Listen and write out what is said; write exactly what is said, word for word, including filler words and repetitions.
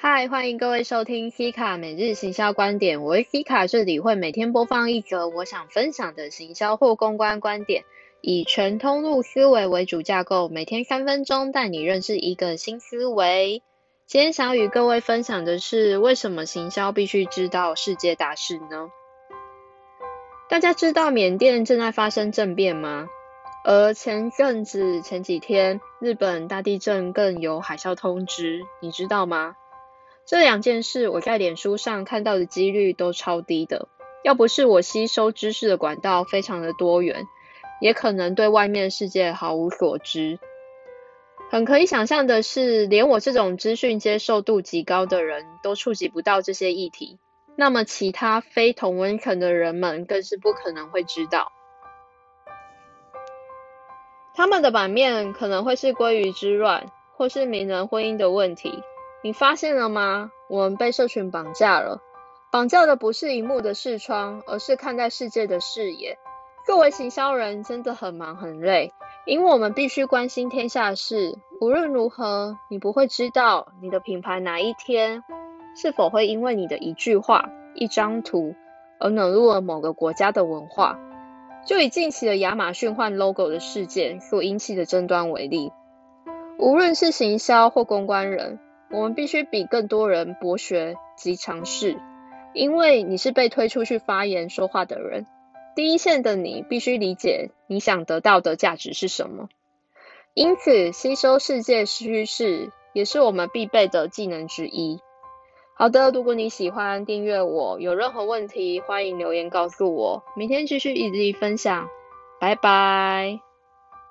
嗨，欢迎各位收听 Kika 每日行销观点。我是 Kika，这里会每天播放一则我想分享的行销或公关观点，以全通路思维为主架构，每天三分钟带你认识一个新思维。今天想与各位分享的是，为什么行销必须知道世界大事呢？大家知道缅甸正在发生政变吗？而前阵子前几天，日本大地震更有海啸通知，你知道吗？这两件事我在脸书上看到的几率都超低的，要不是我吸收知识的管道非常的多元，也可能对外面世界毫无所知。很可以想象的是，连我这种资讯接受度极高的人都触及不到这些议题，那么其他非同温层的人们更是不可能会知道。他们的版面可能会是鲑鱼之乱，或是名人婚姻的问题。你发现了吗？我们被社群绑架了。绑架的不是荧幕的视窗，而是看待世界的视野。作为行销人，真的很忙很累，因为我们必须关心天下事。无论如何，你不会知道你的品牌哪一天是否会因为你的一句话、一张图而惹入了某个国家的文化。就以近期的亚马逊换 logo 的事件所引起的争端为例，无论是行销或公关人，我们必须比更多人博学及尝试，因为你是被推出去发言说话的人，第一线的你必须理解你想得到的价值是什么。因此，吸收世界趋势也是我们必备的技能之一。好的，如果你喜欢订阅我，有任何问题欢迎留言告诉我，明天继续一日一分享，拜拜。